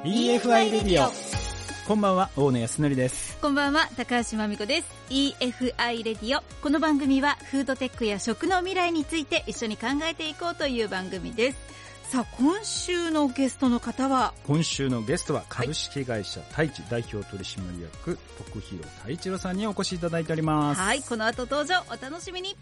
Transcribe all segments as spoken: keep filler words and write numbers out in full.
イーエフアイ レディオ。こんばんは、大野康則です。 こんばんは、高橋真美子です。 イーエフアイ レディオ。この番組はフードテックや食の未来について一緒に考えていこうという番組です。さあ、今週のゲストの方は今週のゲストは株式会社太一代表取締役徳弘太一郎さんにお越しいただいております。 はい、この後登場お楽しみに。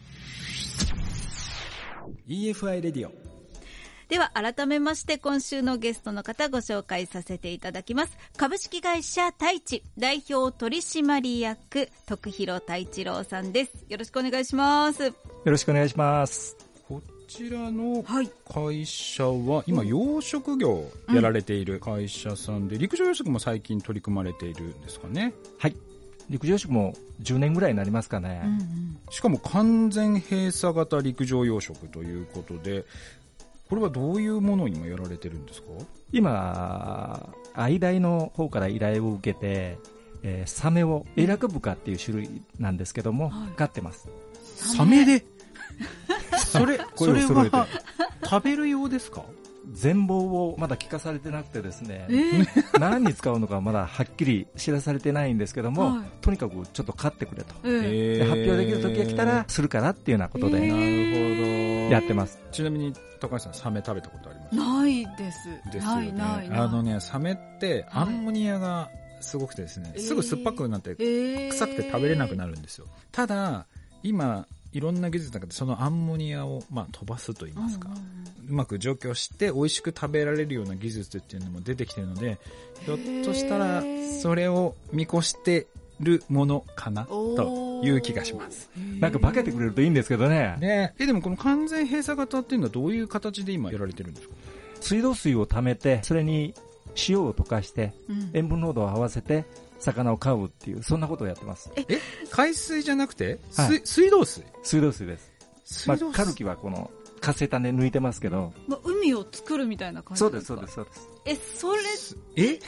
イーエフアイ レディオ。 では改めまして今週のゲストの方ご紹介させていただきます。株式会社太一代表取締役徳弘太一郎さんです。よろしくお願いします。 よろしくお願いします。 こちらの会社は今養殖業をやられている会社さんで、陸上養殖も最近取り組まれているんですかね。 はい、陸上養殖もじゅうねんぐらいになりますかね、うんうん、 しかも完全閉鎖型陸上養殖ということで、これはどういうものを今やられてるんですか？ 今愛大の方から依頼を受けて、えー、サメをエラクブカっていう種類なんですけども、はい、飼ってます。 サメでそれそれは食べるようですか？ 全貌をまだ聞かされてなくてですね、えー、何に使うのかまだはっきり知らされてないんですけども、はい、とにかくちょっと飼ってくれと、えー、で発表できる時が来たらするからっていうようなことで、えー、なるほどやってます。 ちなみに高橋さん、サメ食べたことあります？ ないです。 ですよね。ないないない。あのね、サメってアンモニアがすごくてですね、はい、すぐ酸っぱくなって臭くて食べれなくなるんですよ。えー、ただ今いろんな技術の中でそのアンモニアをまあ飛ばすといいますか、うんうん、うまく除去して美味しく食べられるような技術っていうのも出てきているので、ひょっとしたらそれを見越してるものかなという気がします。 なんか化けてくれるといいんですけどね。 ねえ、でもこの完全閉鎖型っていうのはどういう形で今やられてるんですか？ 水道水を溜めて、それに塩を溶かして、うん、塩分濃度を合わせて魚を飼うっていう、そんなことをやってます。 え、海水じゃなくて、 はい、 水道水？ 水道水です。 水道水、 まあ、カルキはこの活性炭で抜いてますけど、 まあ、海を作るみたいな感じですか？ そうですそうですそうです。 え、それえ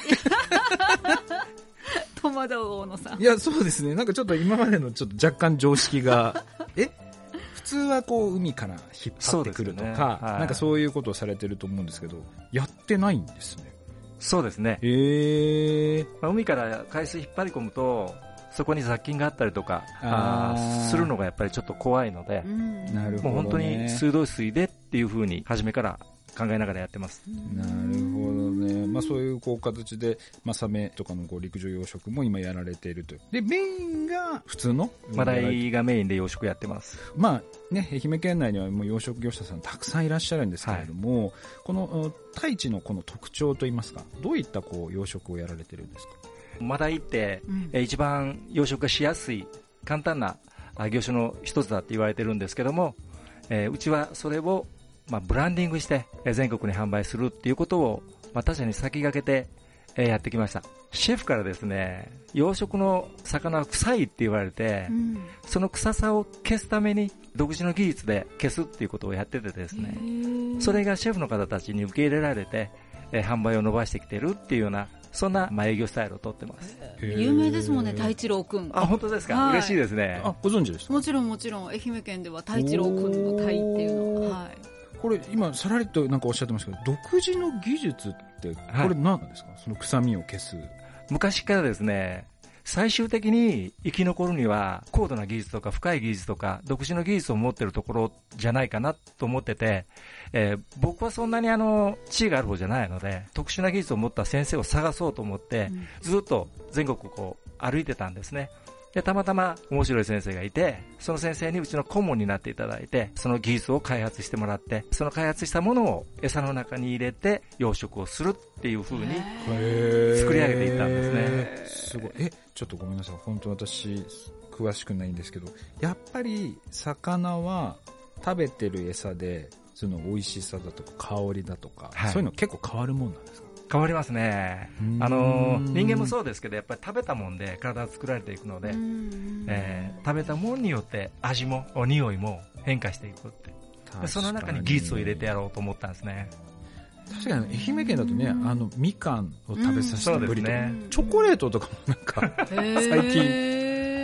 戸惑う大野さん。 いや、そうですね。なんかちょっと今までのちょっと若干常識がえ普通はこう海から引っ張ってくるとか、ね、はい、なんかそういうことをされてると思うんですけど、やってないんですね。 そうですね。 へー、 まあ、海から海水引っ張り込むとそこに雑菌があったりとかあするのがやっぱりちょっと怖いので、うん、 なるほどね、 もう本当に水道水でっていう風に初めから考えながらやってます。 なるほどね。まあ、そういうこう形で、まあ、サメとかのこう陸上養殖も今やられているという。で、メインが普通のマダイがメインで養殖やってます。 まあね、愛媛県内にはもう養殖業者さんたくさんいらっしゃるんですけれども、はい、この太一のこの特徴といいますか、どういったこう養殖をやられてるんですか？ マダイって、うん、え一番養殖がしやすい簡単な業種の一つだって言われてるんですけども、えー、うちはそれをまあ、ブランディングして全国に販売するっていうことを、まあ、他社に先駆けて、えー、やってきました。シェフからですね、養殖の魚は臭いって言われて、うん、その臭さを消すために独自の技術で消すっていうことをやっててですね、それがシェフの方たちに受け入れられて、えー、販売を伸ばしてきてるっていうような、そんな、まあ、営業スタイルをとってます。 有名ですもんね、太一郎くん。 あ、本当ですか、はい、嬉しいですね。 あ、ご存知でした？ もちろんもちろん、愛媛県では太一郎くんの太っていうのは、はい、 これ今さらりとなんかおっしゃってましたけど、独自の技術ってこれ何なんですか？はい、その臭みを消す。 昔からですね、最終的に生き残るには高度な技術とか深い技術とか独自の技術を持っているところじゃないかなと思ってて、えー、僕はそんなにあの地位がある方じゃないので、特殊な技術を持った先生を探そうと思って、うん、ずっと全国こう歩いてたんですね。で、たまたま面白い先生がいて、その先生にうちの顧問になっていただいて、その技術を開発してもらって、その開発したものを餌の中に入れて養殖をするっていう風に作り上げていったんですね。 すごい。え、ちょっとごめんなさい。本当私詳しくないんですけど、やっぱり魚は食べてる餌でその美味しさだとか香りだとか、はい、そういうの結構変わるもんなんですか？ 変わりますね。あの人間もそうですけど、やっぱり食べたもんで体が作られていくので、えー、食べたもんによって味も匂いも変化していくって、その中に技術を入れてやろうと思ったんですね。 確かに愛媛県だとね、あのみかんを食べさせてぶりとか、ね、チョコレートとかもなんか最近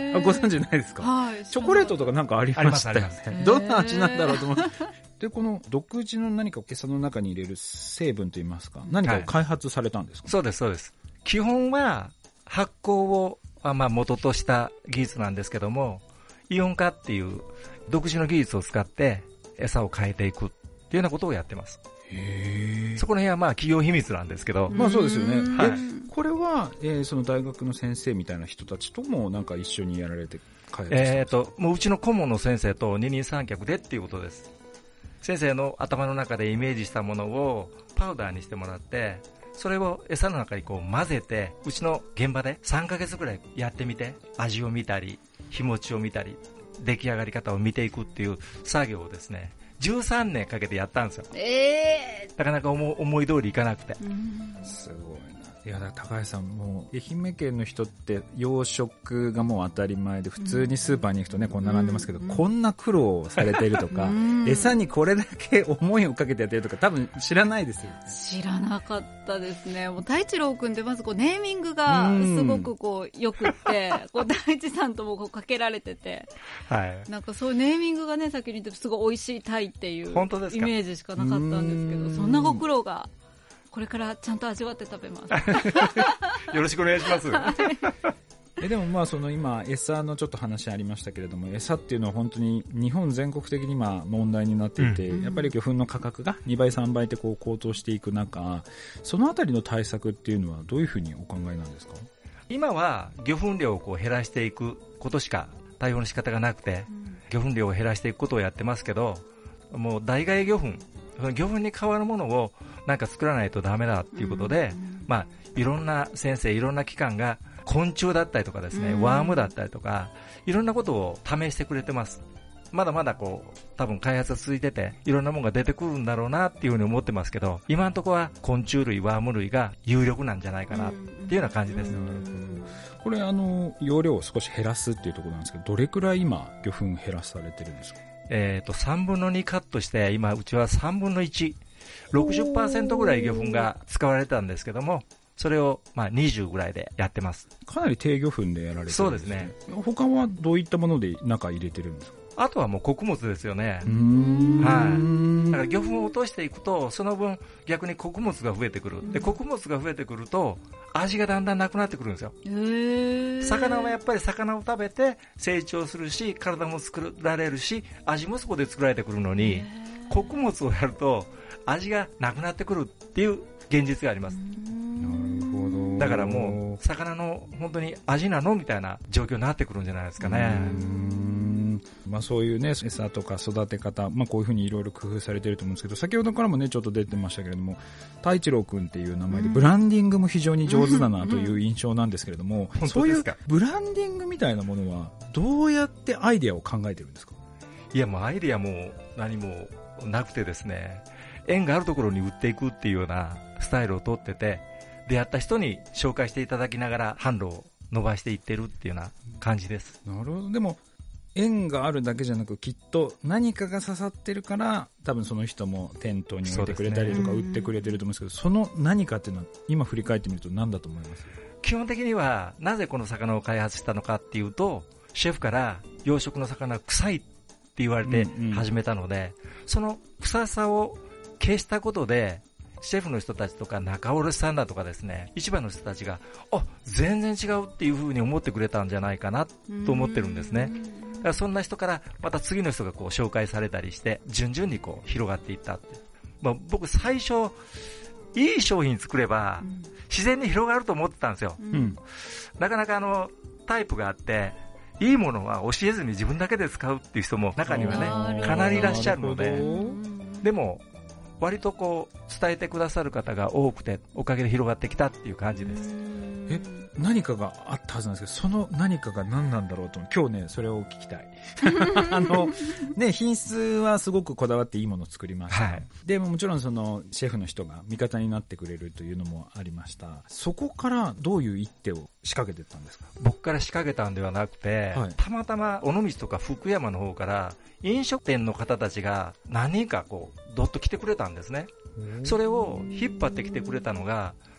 あ、ご存知ないですか？ はい。 チョコレートとかなんかありましたよね。どんな味なんだろうと思って。で、この独自の何か餌の中に入れる成分といいますか、何かを開発されたんですか？ はい、そうです、そうです。基本は発酵をまあ元とした技術なんですけども、イオン化っていう独自の技術を使って餌を変えていくっていうようなことをやってます。 へー。 そこの辺はまあ企業秘密なんですけど。 まあそうですよね。 はい。 これは、えー、その大学の先生みたいな人たちともなんか一緒にやられて開発したんですか？ えーと、もううちの顧問の先生と二人三脚でっていうことです。先生の頭の中でイメージしたものをパウダーにしてもらって、それを餌の中にこう混ぜて、うちの現場でさんかげつぐらいやってみて、味を見たり日持ちを見たり出来上がり方を見ていくっていう作業をですね、じゅうさんねんかけてやったんですよ。 えー、 なかなか思思い通りいかなくて。 すごいな。いや、だから高橋さん、もう愛媛県の人って養殖がもう当たり前で、普通にスーパーに行くとね、こう並んでますけど、こんな苦労をされているとか、餌にこれだけ思いをかけてやってるとか、多分知らないですよ。 知らなかったですね。もう太一郎くんってまずこうネーミングがすごくこう良くって、こう大地さんともこうかけられてて、 はい。 なんかそういうネーミングがね、先に言ってすごい美味しいタイっていうイメージしかなかったんですけど、そんなご苦労が。これからちゃんと味わって食べますよろしくお願いします、はい、 えでもまあその今餌のちょっと話ありましたけれども、餌っていうのは本当に日本全国的に今問題になっていて、うん、やっぱり魚粉の価格がにばいさんばいってこう高騰していく中、そのあたりの対策っていうのはどういうふうにお考えなんですか？ 今は魚粉量をこう減らしていくことしか対応の仕方がなくて、うん、魚粉量を減らしていくことをやってますけど、もう代替魚粉、魚粉に代わるものをなんか作らないとダメだっていうことで、うん、まあいろんな先生、いろんな機関が昆虫だったりとかですね、うん、ワームだったりとかいろんなことを試してくれてます。まだまだこう多分開発が続いてて、いろんなものが出てくるんだろうなっていうふうに思ってますけど、今のところは昆虫類、ワーム類が有力なんじゃないかなっていうような感じです。うんうん、 これあの容量を少し減らすっていうところなんですけど、どれくらい今魚粉減らされてるんですか？ えーとさんぶんのにカットして、今うちはさんぶんのいち、ろくじゅっパーセント ぐらい魚粉が使われてたんですけども、それをまあにじゅうぐらいでやってます。 かなり低魚粉でやられてるんですね。 そうですね。 他はどういったもので中入れてるんですか？ あとはもう穀物ですよね。うーん、はい。だから魚粉を落としていくと、その分逆に穀物が増えてくる。で、穀物が増えてくると味がだんだんなくなってくるんですよ。へー。魚はやっぱり魚を食べて成長するし、体も作られるし、味もそこで作られてくるのに、穀物をやると味がなくなってくるっていう現実があります。 なるほど。 だからもう魚の本当に味なのみたいな状況になってくるんじゃないですかね。 うーん、まあ、そういうね餌とか育て方、まあ、こういうふうにいろいろ工夫されていると思うんですけど、先ほどからもねちょっと出てましたけれども、太一郎くんっていう名前でブランディングも非常に上手だなという印象なんですけれども、うんうん、そういうブランディングみたいなものはどうやってアイデアを考えてるんですか？ いや、もうアイデアも何もなくてですね、縁があるところに売っていくっていうようなスタイルをとってて、出会った人に紹介していただきながら販路を伸ばしていってるっていうような感じです。 なるほど。でも縁があるだけじゃなく、きっと何かが刺さってるから多分その人も店頭に置いてくれたりとか売ってくれてると思うんですけど、 そ, ね、その何かっていうのは今振り返ってみると何だと思います？ 基本的にはなぜこの魚を開発したのかっていうと、シェフから養殖の魚は臭いって言われて始めたので、うんうん、その臭さを消したことでシェフの人たちとか仲卸さんだとかですね、市場の人たちがあ全然違うっていう風に思ってくれたんじゃないかなと思ってるんですね。だからそんな人からまた次の人がこう紹介されたりして順々にこう広がっていったって、まあ、僕最初いい商品作れば自然に広がると思ってたんですよ、うん、なかなかあのタイプがあって、いいものは教えずに自分だけで使うっていう人も中にはねかなりいらっしゃるので、でも割とこう伝えてくださる方が多くて、おかげで広がってきたっていう感じです。 え、何かがあったはずなんですけど、その何かが何なんだろうと今日ねそれを聞きたいあのね、品質はすごくこだわっていいものを作りました、はい、でももちろんそのシェフの人が味方になってくれるというのもありました。そこからどういう一手を仕掛けていったんですか？ 僕から仕掛けたんではなくて、はい、たまたま尾道とか福山の方から飲食店の方たちが何人かこうどっと来てくれたんですね。それを引っ張ってきてくれたのが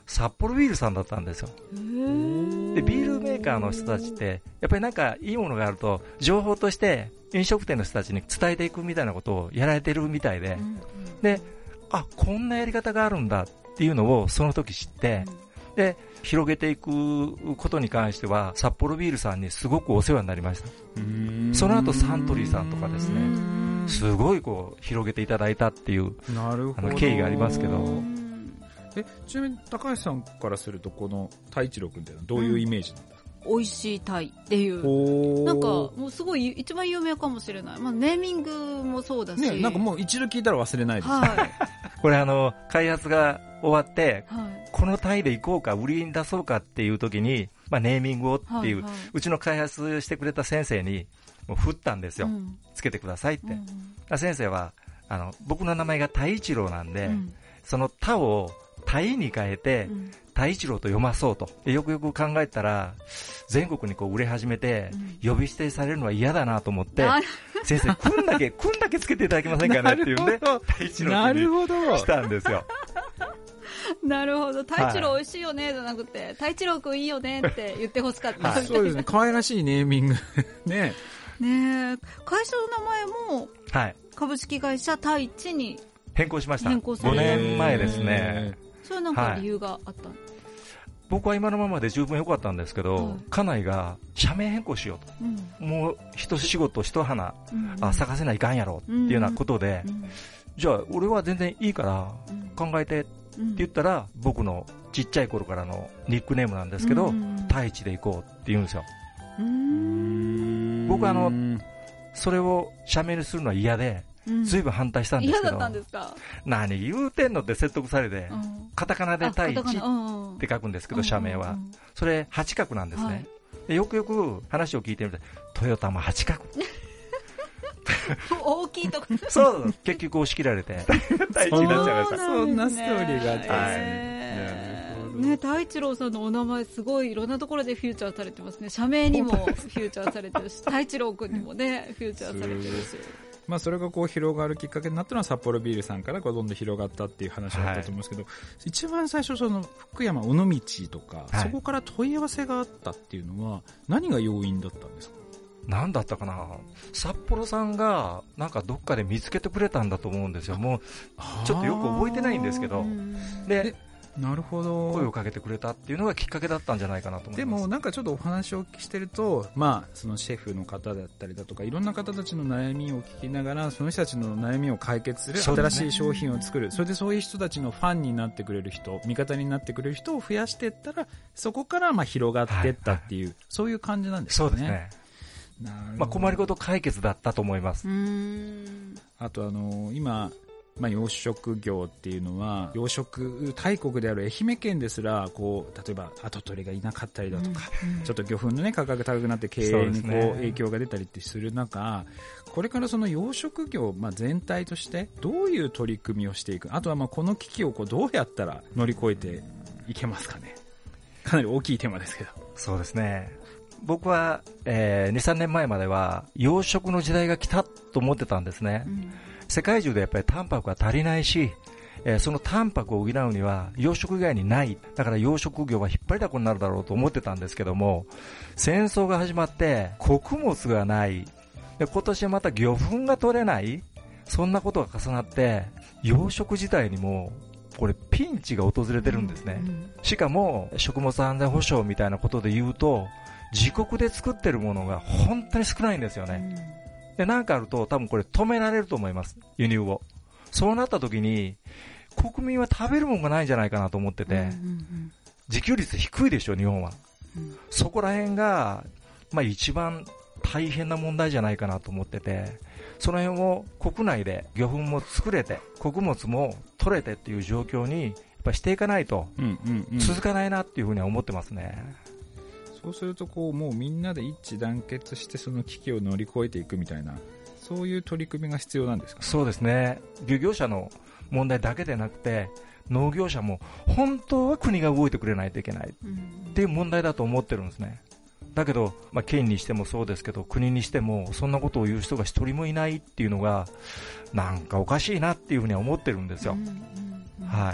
札幌ビールさんだったんですよ。でビールメーカーの人たちってやっぱりなんかいいものがあると情報として飲食店の人たちに伝えていくみたいなことをやられてるみたいで、うんうん、であこんなやり方があるんだっていうのをその時知って、うん、で広げていくことに関しては札幌ビールさんにすごくお世話になりました。その後サントリーさんとかですね、すごいこう広げていただいたっていうなるほどあの経緯がありますけど。 えちなみに高橋さんからするとこの太一郎君ってどういうイメージなんですか？ 美味しいタイっていうなんかもうすごい一番有名かもしれない、まあ、ネーミングもそうだし、 ね、なんかもう一度聞いたら忘れないです、 はい、 これあの開発が終わって、 はい、 このタイで行こうか売りに出そうかっていう時に、まあ、ネーミングをっていう、はいはい、うちの開発してくれた先生にもう振ったんですよ、うん、つけてくださいって、うんうん、先生はあの僕の名前が太一郎なんで、うん、その他をタイに変えて、うん、太一郎と読まそうと。でよくよく考えたら全国にこう売れ始めて、うん、呼び捨てされるのは嫌だなと思って、先生くんだけくんだけつけていただけませんかねっていうんで太一郎にしたんですよ。 なるほど。太一郎美味しいよねじゃなくて、はい、太一郎くんいいよねって言ってほしかった、 はい、そうですね。可愛らしいネーミングね。 ねえ、会社の名前も株式会社太一に変更しました。 変更された。 ごねんまえですね。 それはなんか理由があったんですか？はい、 僕は今のままで十分良かったんですけど、はい、家内が社名変更しようと、うん、もう一仕事一花、うんうん、あ探せないかんやろっていうようなことで、うんうん、じゃあ俺は全然いいから考えてって言ったら、うん、僕のちっちゃい頃からのニックネームなんですけど、うん、太一で行こうって言うんですよ。うーん僕はあのそれを社名にするのは嫌でずいぶん反対したんですけど、 嫌だったんですか？ 何言うてんのって説得されて、うん、カタカナで太一って書くんですけど、社名はそれ八角なんですね、はい、でよくよく話を聞いてみてトヨタも八角大きいとこそう結局押し切られて太一になっちゃいました。 そんなストーリーがあって、はいね、太一郎さんのお名前すごいいろんなところでフューチャーされてますね。社名にもフューチャーされてるし太一郎君にもねフューチャーされてるし、 まあ、それがこう広がるきっかけになったのは札幌ビールさんからこうどんどん広がったっていう話だったと思うんですけど、はい、一番最初その福山尾道とか、はい、そこから問い合わせがあったっていうのは何が要因だったんですか？ 何だったかな。札幌さんがなんかどっかで見つけてくれたんだと思うんですよ。もうちょっとよく覚えてないんですけど、でなるほど声をかけてくれたっていうのがきっかけだったんじゃないかなと思います。 でもなんかちょっとお話をしてると、まあ、そのシェフの方だったりだとかいろんな方たちの悩みを聞きながらその人たちの悩みを解決する新しい商品を作る、 それでそういう人たちのファンになってくれる人味方になってくれる人を増やしていったらそこからまあ広がっていったっていう、はい、そういう感じなんですかね。 そうですね。まあ、困りごと解決だったと思います。うーんあとあの今まあ、養殖業っていうのは養殖大国である愛媛県ですらこう例えば跡取りがいなかったりだとか、うん、ちょっと魚粉の、ね、価格が高くなって経営にこう影響が出たりってする中、これからその養殖業、まあ、全体としてどういう取り組みをしていく、あとはまあこの危機をこうどうやったら乗り越えていけますかね。かなり大きいテーマですけど。 そうですね。僕は、えー、にさんねんまえまでは養殖の時代が来たと思ってたんですね、うん、世界中でやっぱりタンパクが足りないし、えー、そのタンパクを補うには養殖以外にない。だから養殖業は引っ張りだこになるだろうと思ってたんですけども、戦争が始まって穀物がない、で今年はまた魚粉が取れない、そんなことが重なって養殖自体にもこれピンチが訪れてるんですね、うんうん、しかも食物安全保障みたいなことで言うと自国で作ってるものが本当に少ないんですよね、うん、でなんかあると多分これ止められると思います、輸入を。そうなった時に国民は食べるものがないんじゃないかなと思ってて、うんうんうん、自給率低いでしょ日本は、うん、そこら辺が、まあ、一番大変な問題じゃないかなと思ってて、その辺を国内で魚粉も作れて穀物も取れてっていう状況にやっぱしていかないと続かないなっていうふうには思ってますね、 うんうん、そうするとこうもうみんなで一致団結してその危機を乗り越えていくみたいな、そういう取り組みが必要なんですかね。 そうですね。漁業者の問題だけでなくて農業者も本当は国が動いてくれないといけないっていう問題だと思ってるんですね。だけど、まあ、県にしてもそうですけど国にしてもそんなことを言う人が一人もいないっていうのがなんかおかしいなっていうふうには思ってるんですよ、うんうんうん、はい。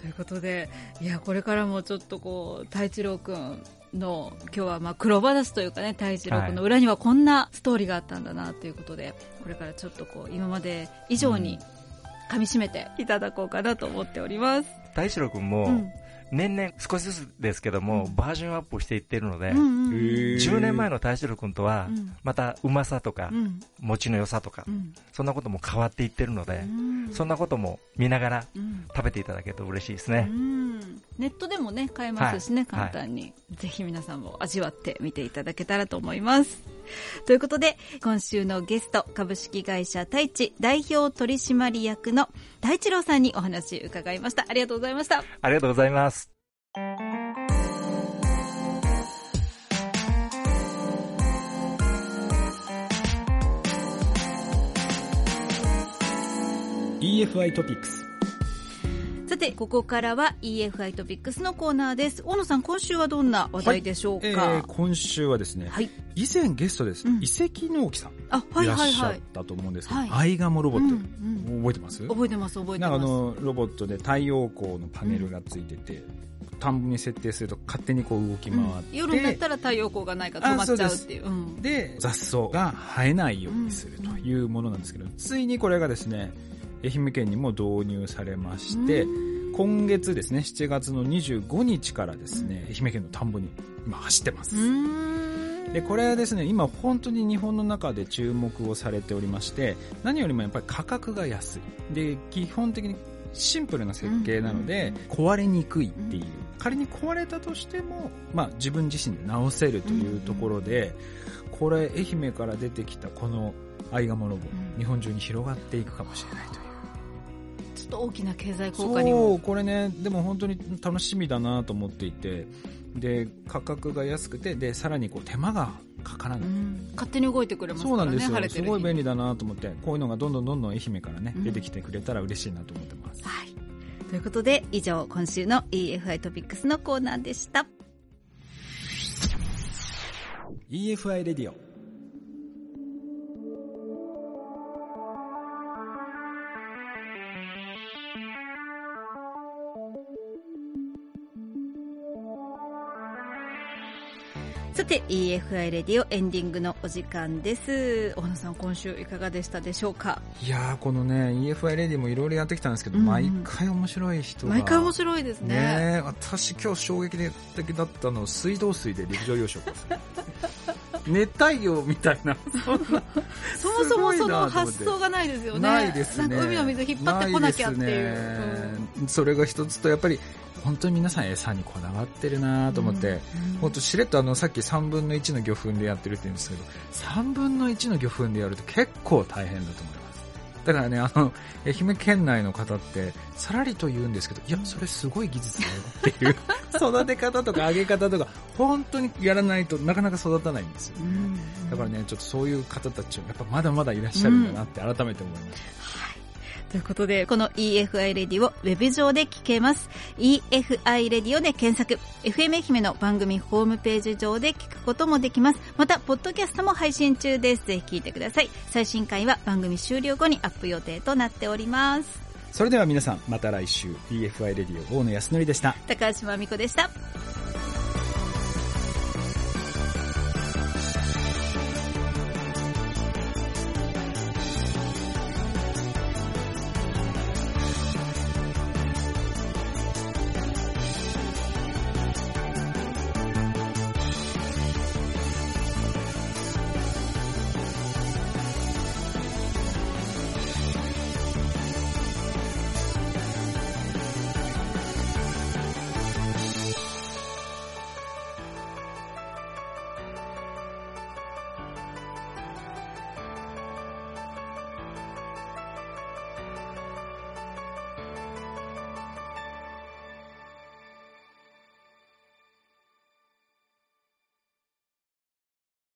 いうことで、いやこれからもちょっとこう太一郎くんの今日はまあ黒話というかね、太一郎くんの裏にはこんなストーリーがあったんだなということで、これからちょっとこう今まで以上に噛み締めていただこうかなと思っております。 太一郎くんも、うん年々少しずつですけども、うん、バージョンアップしていっているので、うんうん、じゅうねんまえの太一郎君とは、うん、またうまさとか、うん、持ちの良さとか、うん、そんなことも変わっていってるので、うん、そんなことも見ながら食べていただけると嬉しいですね、うん、 ネットでもね買えますしね、はい、簡単に、はい、ぜひ皆さんも味わってみていただけたらと思います。ということで今週のゲスト、株式会社太一代表取締役の太一郎さんにお話伺いました。ありがとうございました。 ありがとうございます。 イーエフアイ トピックス。 さてここからは イーエフアイ トピックスのコーナーです。大野さん、今週はどんな話題でしょうか？はい、 えー、今週はですね、はい、以前ゲストです、うん、遺跡農機さんあ、はいはいはい、 いらっしゃったと思うんですけど、はい、アイガモロボット、うんうん、覚えてます？ 覚えてます覚えてます。 なんかあのロボットで太陽光のパネルがついてて、うん、田んぼに設定すると勝手にこう動き回って、うん、 夜になったら太陽光がないから止まっちゃうっていう、うん、 で雑草が生えないようにするというものなんですけど、うん、ついにこれがですね愛媛県にも導入されまして、うん、今月ですねしちがつのにじゅうごにちからですね、うん、愛媛県の田んぼに今走ってます。うん、でこれはですね今本当に日本の中で注目をされておりまして、何よりもやっぱり価格が安いで、基本的にシンプルな設計なので、うん、壊れにくいっていう、仮に壊れたとしても、まあ、自分自身で直せるというところで、うん、これ愛媛から出てきたこのアイガモロボ、うん、日本中に広がっていくかもしれないという、 ちょっと大きな経済効果にも。 そうこれねでも本当に楽しみだなと思っていて、で価格が安くて、でさらにこう手間がかからない、うん、 勝手に動いてくれますからね。 そうなんですよ、 晴れてる日すごい便利だなと思って、こういうのがどんどんどんどん愛媛からね、うん、出てきてくれたら嬉しいなと思ってます。 はい、ということで以上今週の イーエフアイ トピックスのコーナーでした。 イーエフアイ レディオ。 さて イーエフアイ レディオエンディングのお時間です。大野さん、今週いかがでしたでしょうか？ いやーこのね イーエフアイ レディオもいろいろやってきたんですけど、うん、毎回面白い人が毎回面白いです ね, ね私今日衝撃的だったの水道水で陸上養殖です熱帯魚みたいなそんなそもそもその発想がないですよね。 ないですね。 なんか海の水引っ張ってこなきゃっていう、 うん、それが一つと、やっぱり本当に皆さん餌にこだわってるなと思って、うんうん、本当しれっとあのさっきさんぶんのいちの魚粉でやってるって言うんですけど、さんぶんのいちの魚粉でやると結構大変だと思います。だからね、あの愛媛県内の方ってさらりと言うんですけど、いやそれすごい技術だよっていう育て方とか揚げ方とか本当にやらないとなかなか育たないんですよ、ね、うんうん、だからねちょっとそういう方たちやっぱまだまだいらっしゃるんだなって改めて思いました、 うん、はい、ということでこの イーエフアイ レディをウェブ上で聞けます。 イーエフアイ レディオで検索、 エフエム 愛媛の番組ホームページ上で聞くこともできます。またポッドキャストも配信中です。ぜひ聞いてください。最新回は番組終了後にアップ予定となっております。 それでは皆さんまた来週。 イーエフアイ レディオ大野康則でした。 高橋真美子でした。